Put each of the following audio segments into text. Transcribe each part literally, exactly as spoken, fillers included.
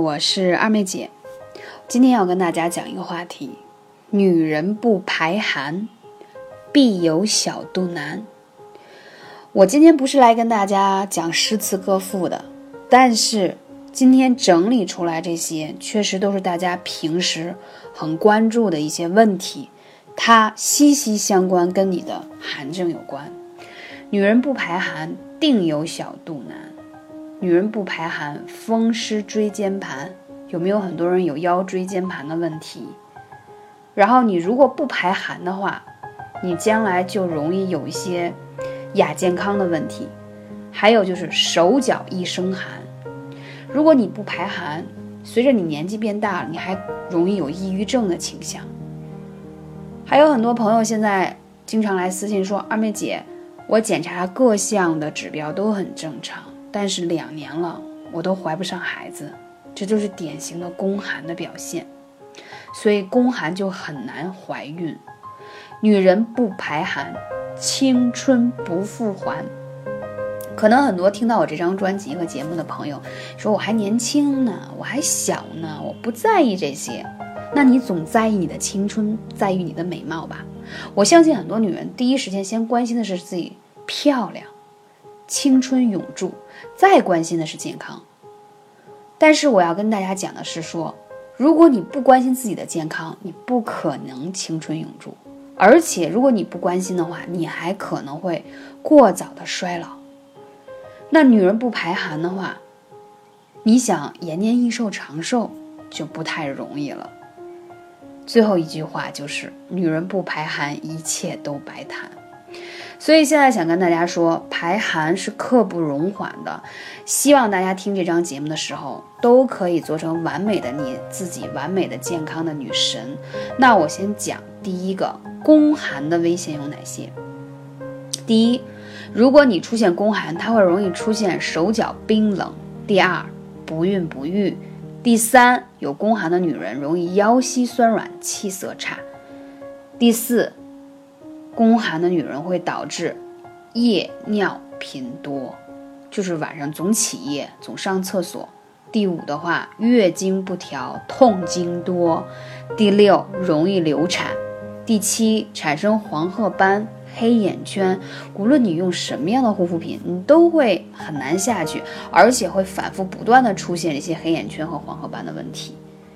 我是二妹姐，今天要跟大家讲一个话题：女人不排寒，必有小肚腩。我今天不是来跟大家讲诗词歌赋的，但是今天整理出来这些，确实都是大家平时很关注的一些问题，它息息相关，跟你的寒症有关。女人不排寒，定有小肚腩。女人不排寒，风湿椎间盘。有没有很多人有腰椎间盘的问题？然后你如果不排寒的话，你将来就容易有一些亚健康的问题。还有就是手脚易生寒，如果你不排寒，随着你年纪变大了，你还容易有抑郁症的倾向。还有很多朋友现在经常来私信说，二妹姐，我检查各项的指标都很正常，但是两年了我都怀不上孩子，这就是典型的宫寒的表现。所以宫寒就很难怀孕。女人不排寒，青春不复还。可能很多听到我这张专辑和节目的朋友说，我还年轻呢，我还小呢，我不在意这些。那你总在意你的青春，在意你的美貌吧。我相信很多女人第一时间先关心的是自己漂亮，青春永驻，再关心的是健康。但是我要跟大家讲的是说，如果你不关心自己的健康，你不可能青春永驻。而且如果你不关心的话，你还可能会过早的衰老。那女人不排寒的话，你想延年益寿长寿就不太容易了。最后一句话就是，女人不排寒，一切都白谈。所以现在想跟大家说，排寒是刻不容缓的。希望大家听这张节目的时候，都可以做成完美的你自己，完美的健康的女神。那我先讲第一个，宫寒的危险有哪些？第一，如果你出现宫寒，它会容易出现手脚冰冷。第二，不孕不育。第三，有宫寒的女人容易腰膝酸软，气色差。第四，宫寒的女人会导致夜尿频多，就是晚上总起夜，总上厕所。第五的话，月经不调，痛经多。第六，容易流产。第七，产生黄褐斑、黑眼圈，无论你用什么样的护肤品，你都会很难下去，而且会反复不断的出现这些黑眼圈和黄褐斑的问题。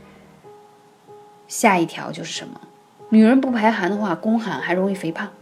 下一条就是什么？女人不排寒的话，宫寒还容易肥胖。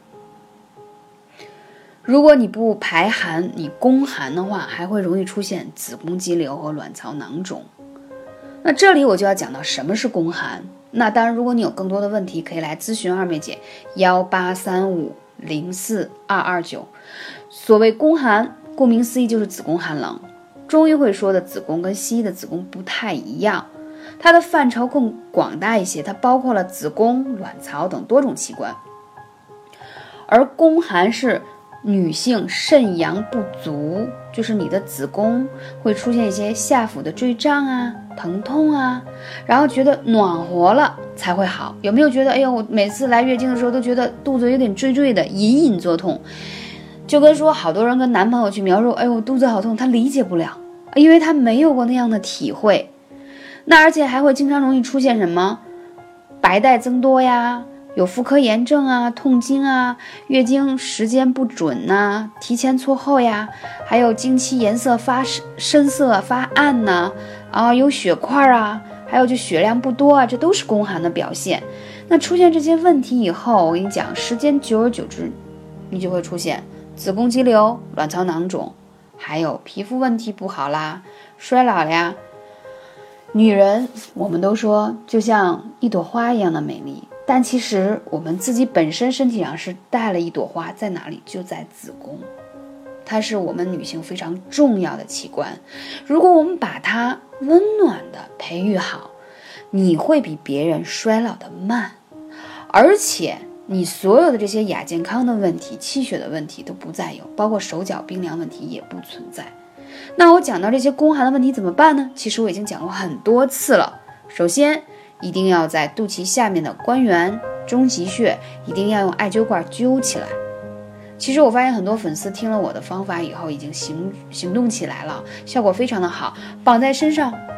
如果你不排寒，你宫寒的话，还会容易出现子宫肌瘤和卵巢囊肿。那这里我就要讲到什么是宫寒。那当然，如果你有更多的问题，可以来咨询二妹姐幺八三五零四二二九。所谓宫寒，顾名思义就是子宫寒冷。中医会说的子宫跟西医的子宫不太一样，它的范畴更广大一些，它包括了子宫、卵巢等多种器官。而宫寒是女性肾阳不足，就是你的子宫会出现一些下腹的坠胀啊、疼痛啊，然后觉得暖和了才会好。有没有觉得，哎呦，我每次来月经的时候都觉得肚子有点坠坠的，隐隐作痛，就跟说好多人跟男朋友去描述，哎呦，我肚子好痛，他理解不了，因为他没有过那样的体会。那而且还会经常容易出现什么白带增多呀，有妇科炎症啊，痛经啊，月经时间不准呐、啊，提前错后呀，还有经期颜色发深色发暗呐、啊，啊有血块啊，还有就血量不多啊，这都是宫寒的表现。那出现这些问题以后，我跟你讲，时间久而久之，你就会出现子宫肌瘤、卵巢囊肿，还有皮肤问题不好啦，衰老呀。女人我们都说就像一朵花一样的美丽，但其实我们自己本身身体上是带了一朵花，在哪里？就在子宫，它是我们女性非常重要的器官。如果我们把它温暖的培育好，你会比别人衰老的慢，而且你所有的这些亚健康的问题、气血的问题都不再有，包括手脚冰凉问题也不存在。那我讲到这些宫寒的问题怎么办呢？其实我已经讲过很多次了。首先一定要在肚脐下面的关元、中极穴一定要用艾灸罐灸起来。其实我发现很多粉丝听了我的方法以后已经行行动起来了，效果非常的好。绑在身上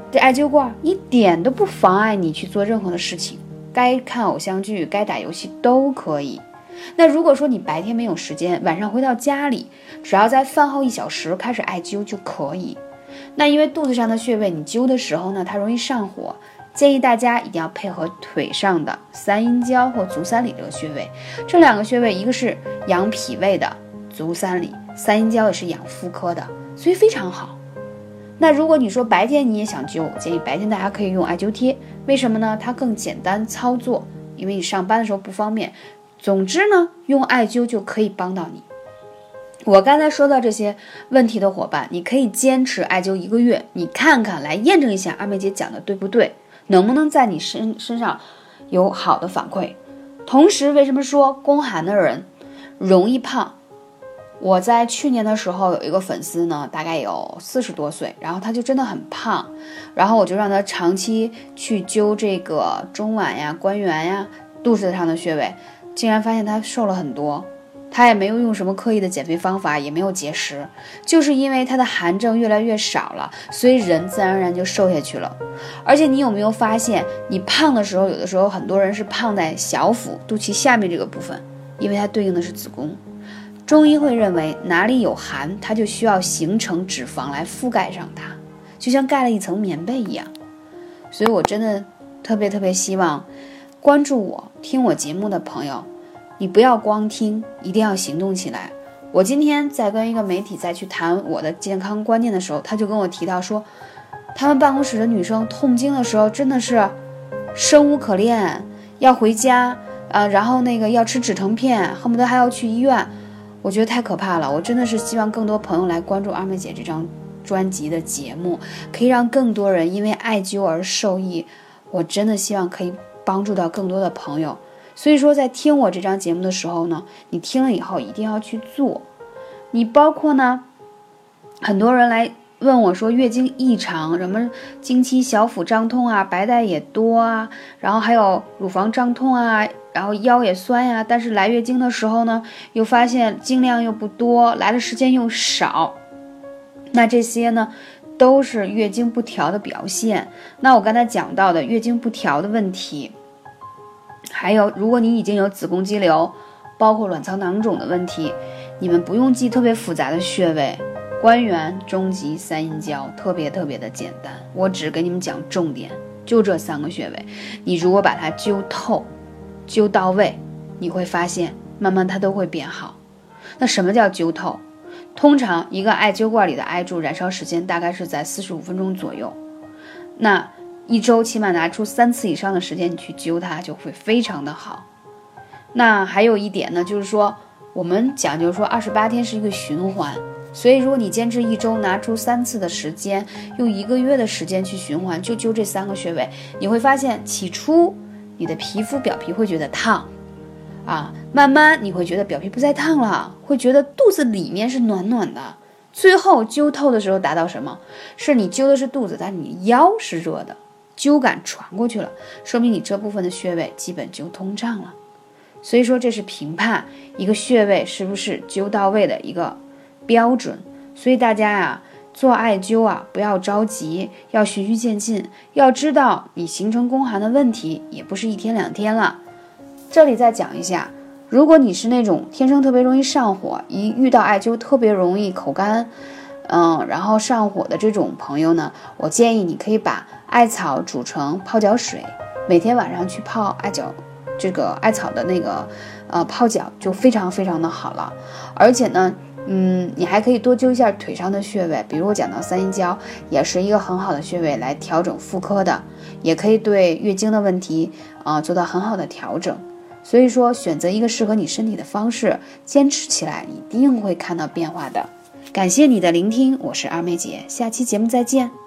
这艾灸罐一点都不妨碍你去做任何的事情，该看偶像剧该打游戏都可以。那如果说你白天没有时间，晚上回到家里，只要在饭后一小时开始艾灸就可以。那因为肚子上的穴位你灸的时候呢，它容易上火，建议大家一定要配合腿上的三阴交或足三里这个穴位。这两个穴位一个是养脾胃的足三里，三阴交也是养妇科的，所以非常好。那如果你说白天你也想灸，我建议白天大家可以用艾灸贴，为什么呢？它更简单操作，因为你上班的时候不方便。总之呢，用艾灸就可以帮到你。我刚才说到这些问题的伙伴，你可以坚持艾灸一个月，你看看来验证一下二妹姐讲的对不对，能不能在你身身上有好的反馈。同时，为什么说宫寒的人容易胖？我在去年的时候有一个粉丝呢，大概有四十多岁，然后他就真的很胖，然后我就让他长期去灸这个中脘呀、关元呀、肚子上的穴位，竟然发现他瘦了很多。他也没有用什么刻意的减肥方法，也没有节食，就是因为他的寒症越来越少了，所以人自然而然就瘦下去了。而且你有没有发现，你胖的时候，有的时候很多人是胖在小腹肚脐下面这个部分，因为它对应的是子宫。中医会认为哪里有寒，它就需要形成脂肪来覆盖上它，就像盖了一层棉被一样。所以我真的特别特别希望关注我听我节目的朋友，你不要光听，一定要行动起来。我今天在跟一个媒体在去谈我的健康观念的时候，他就跟我提到说，他们办公室的女生痛经的时候真的是生无可恋，要回家呃，然后那个要吃止疼片，恨不得还要去医院。我觉得太可怕了。我真的是希望更多朋友来关注二妹姐这张专辑的节目，可以让更多人因为艾灸而受益。我真的希望可以帮助到更多的朋友。所以说在听我这张节目的时候呢，你听了以后一定要去做。你包括呢，很多人来问我说月经异常，什么经期小腹胀痛啊，白带也多啊，然后还有乳房胀痛啊，然后腰也酸呀，但是来月经的时候呢，又发现经量又不多，来的时间又少，那这些呢都是月经不调的表现。那我刚才讲到的月经不调的问题，还有如果你已经有子宫肌瘤，包括卵巢囊肿的问题，你们不用记特别复杂的穴位，关元、中极、三阴交特别特别的简单，我只给你们讲重点，就这三个穴位。你如果把它灸透灸到位，你会发现慢慢它都会变好。那什么叫灸透？通常一个艾灸罐里的艾柱燃烧时间大概是在四十五分钟左右，那一周起码拿出三次以上的时间你去灸它，就会非常的好。那还有一点呢，就是说我们讲究说二十八天是一个循环，所以如果你坚持一周拿出三次的时间，用一个月的时间去循环，就灸这三个穴位，你会发现起初你的皮肤表皮会觉得烫啊，慢慢你会觉得表皮不再烫了，会觉得肚子里面是暖暖的，最后灸透的时候达到什么？是你灸的是肚子，但是你腰是热的，灸感传过去了，说明你这部分的穴位基本就通畅了。所以说这是评判一个穴位是不是灸到位的一个标准。所以大家呀、啊，做艾灸啊不要着急，要循序渐进，要知道你形成宫寒的问题也不是一天两天了。这里再讲一下，如果你是那种天生特别容易上火，一遇到艾灸特别容易口干嗯，然后上火的这种朋友呢，我建议你可以把艾草煮成泡脚水，每天晚上去泡艾脚这个艾草的那个呃泡脚就非常非常的好了。而且呢嗯，你还可以多灸一下腿上的穴位，比如我讲到三阴交也是一个很好的穴位来调整妇科的，也可以对月经的问题啊、呃、做到很好的调整。所以说选择一个适合你身体的方式，坚持起来一定会看到变化的。感谢你的聆听，我是二妹姐，下期节目再见。